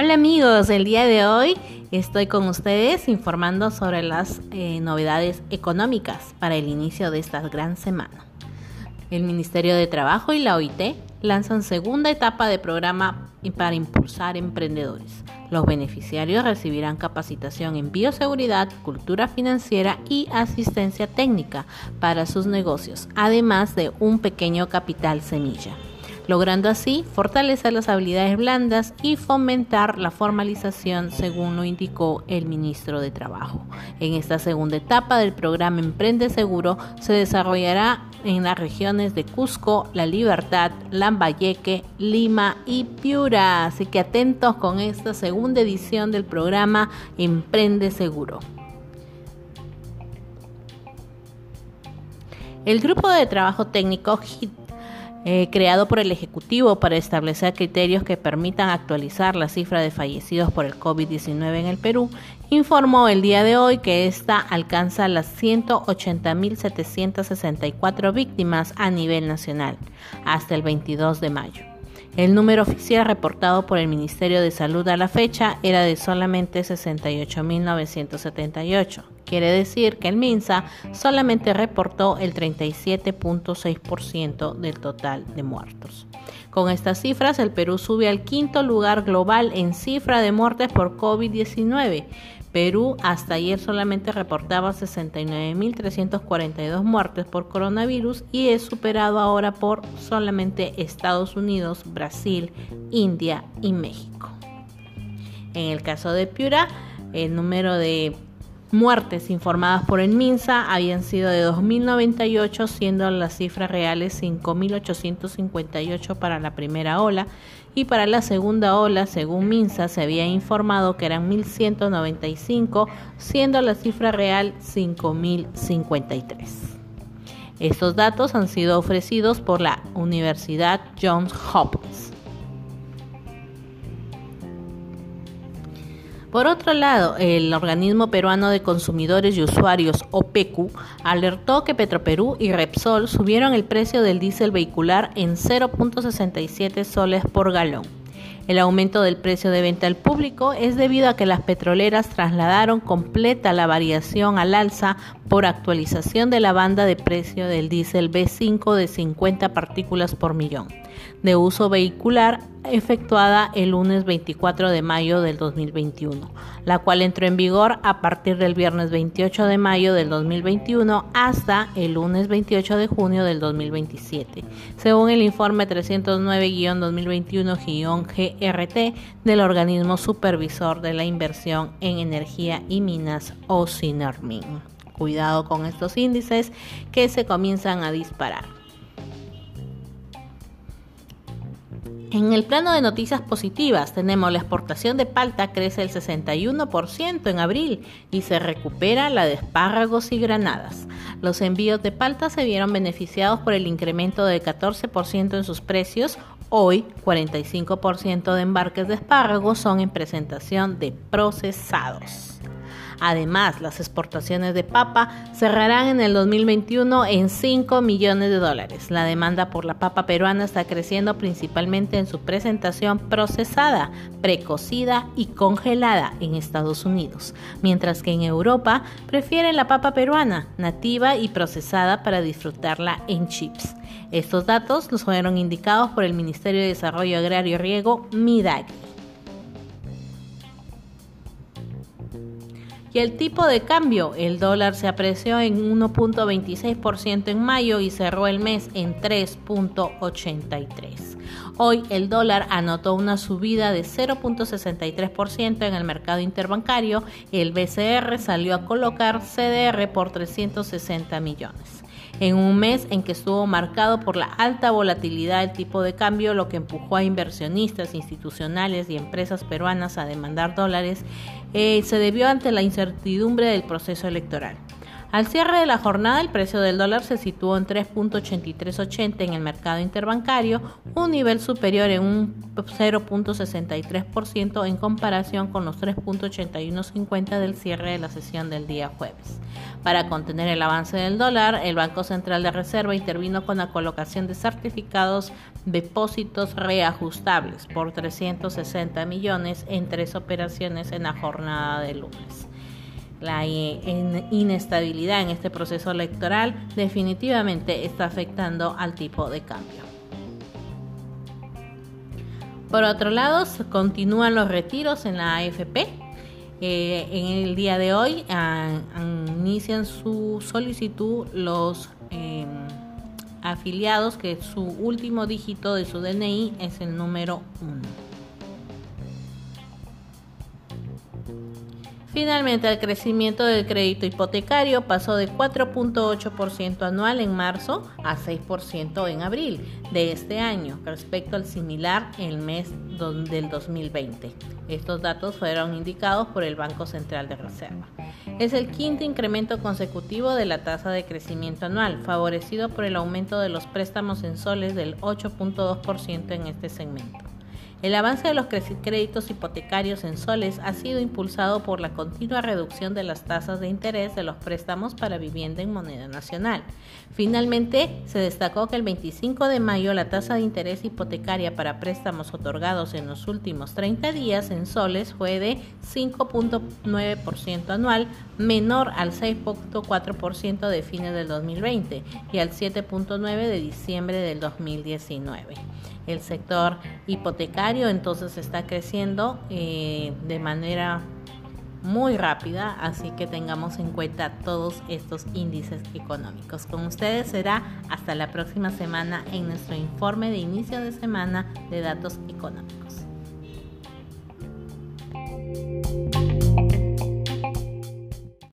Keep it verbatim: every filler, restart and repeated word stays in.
Hola amigos, el día de hoy estoy con ustedes informando sobre las eh, novedades económicas para el inicio de esta gran semana. El Ministerio de Trabajo y la O I T lanzan segunda etapa de programa para impulsar emprendedores. Los beneficiarios recibirán capacitación en bioseguridad, cultura financiera y asistencia técnica para sus negocios, además de un pequeño capital semilla, logrando así fortalecer las habilidades blandas y fomentar la formalización, según lo indicó el ministro de Trabajo. En esta segunda etapa del programa Emprende Seguro se desarrollará en las regiones de Cusco, La Libertad, Lambayeque, Lima y Piura. Así que atentos con esta segunda edición del programa Emprende Seguro. El grupo de trabajo técnico G I T Eh, creado por el Ejecutivo para establecer criterios que permitan actualizar la cifra de fallecidos por el COVID diecinueve en el Perú, informó el día de hoy que esta alcanza las ciento ochenta mil setecientas sesenta y cuatro víctimas a nivel nacional hasta el veintidós de mayo. El número oficial reportado por el Ministerio de Salud a la fecha era de solamente sesenta y ocho mil novecientos setenta y ocho. Quiere decir que el MINSA solamente reportó el treinta y siete punto seis por ciento del total de muertos. Con estas cifras, el Perú sube al quinto lugar global en cifra de muertes por COVID diecinueve. Perú hasta ayer solamente reportaba sesenta y nueve mil trescientas cuarenta y dos muertes por coronavirus y es superado ahora por solamente Estados Unidos, Brasil, India y México. En el caso de Piura, el número de muertes informadas por el MINSA habían sido de dos mil noventa y ocho, siendo las cifras reales cinco mil ochocientos cincuenta y ocho para la primera ola, y para la segunda ola, según MINSA, se había informado que eran mil ciento noventa y cinco, siendo la cifra real cinco mil cincuenta y tres. Estos datos han sido ofrecidos por la Universidad Johns Hopkins. Por otro lado, el Organismo Peruano de Consumidores y Usuarios, O P E C U, alertó que Petroperú y Repsol subieron el precio del diésel vehicular en cero punto sesenta y siete soles por galón. El aumento del precio de venta al público es debido a que las petroleras trasladaron completa la variación al alza por actualización de la banda de precio del diésel B cinco de cincuenta partículas por millón, de uso vehicular, efectuada el lunes veinticuatro de mayo del dos mil veintiuno, la cual entró en vigor a partir del viernes veintiocho de mayo del dos mil veintiuno hasta el lunes veintiocho de junio del dos mil veintisiete, según el informe trescientos nueve guión dos mil veintiuno guión G R T del Organismo Supervisor de la Inversión en Energía y Minas, o SINERMIN. Cuidado con estos índices que se comienzan a disparar. En el plano de noticias positivas, tenemos la exportación de palta crece el sesenta y uno por ciento en abril y se recupera la de espárragos y granadas. Los envíos de palta se vieron beneficiados por el incremento del catorce por ciento en sus precios. Hoy, cuarenta y cinco por ciento de embarques de espárragos son en presentación de procesados. Además, las exportaciones de papa cerrarán en el dos mil veintiuno en cinco millones de dólares. La demanda por la papa peruana está creciendo principalmente en su presentación procesada, precocida y congelada en Estados Unidos, mientras que en Europa prefieren la papa peruana, nativa y procesada, para disfrutarla en chips. Estos datos los fueron indicados por el Ministerio de Desarrollo Agrario y Riego, MIDAGRI. Y el tipo de cambio, el dólar se apreció en uno punto veintiséis por ciento en mayo y cerró el mes en tres punto ochenta y tres. Hoy el dólar anotó una subida de cero punto sesenta y tres por ciento en el mercado interbancario. El B C R salió a colocar C D R por trescientos sesenta millones. En un mes en que estuvo marcado por la alta volatilidad del tipo de cambio, lo que empujó a inversionistas institucionales y empresas peruanas a demandar dólares, eh, se debió ante la incertidumbre del proceso electoral. Al cierre de la jornada, el precio del dólar se situó en tres punto ochenta y tres ochenta en el mercado interbancario, un nivel superior en un cero punto sesenta y tres por ciento en comparación con los tres punto ochenta y uno cincuenta del cierre de la sesión del día jueves. Para contener el avance del dólar, el Banco Central de Reserva intervino con la colocación de certificados de depósitos reajustables por trescientos sesenta millones en tres operaciones en la jornada de lunes. La inestabilidad en este proceso electoral definitivamente está afectando al tipo de cambio. Por otro lado, continúan los retiros en la A F P. Eh, en el día de hoy a, a, inician su solicitud los eh, afiliados que su último dígito de su D N I es el número uno. Finalmente, el crecimiento del crédito hipotecario pasó de cuatro punto ocho por ciento anual en marzo a seis por ciento en abril de este año, respecto al similar el mes del dos mil veinte. Estos datos fueron indicados por el Banco Central de Reserva. Es el quinto incremento consecutivo de la tasa de crecimiento anual, favorecido por el aumento de los préstamos en soles del ocho punto dos por ciento en este segmento. El avance de los créditos hipotecarios en soles ha sido impulsado por la continua reducción de las tasas de interés de los préstamos para vivienda en moneda nacional. Finalmente, se destacó que el veinticinco de mayo la tasa de interés hipotecaria para préstamos otorgados en los últimos treinta días en soles fue de cinco punto nueve por ciento anual, menor al seis punto cuatro por ciento de fines del dos mil veinte y al siete punto nueve por ciento de diciembre del dos mil diecinueve. El sector hipotecario entonces está creciendo eh, de manera muy rápida, así que tengamos en cuenta todos estos índices económicos. Con ustedes será hasta la próxima semana en nuestro informe de inicio de semana de datos económicos.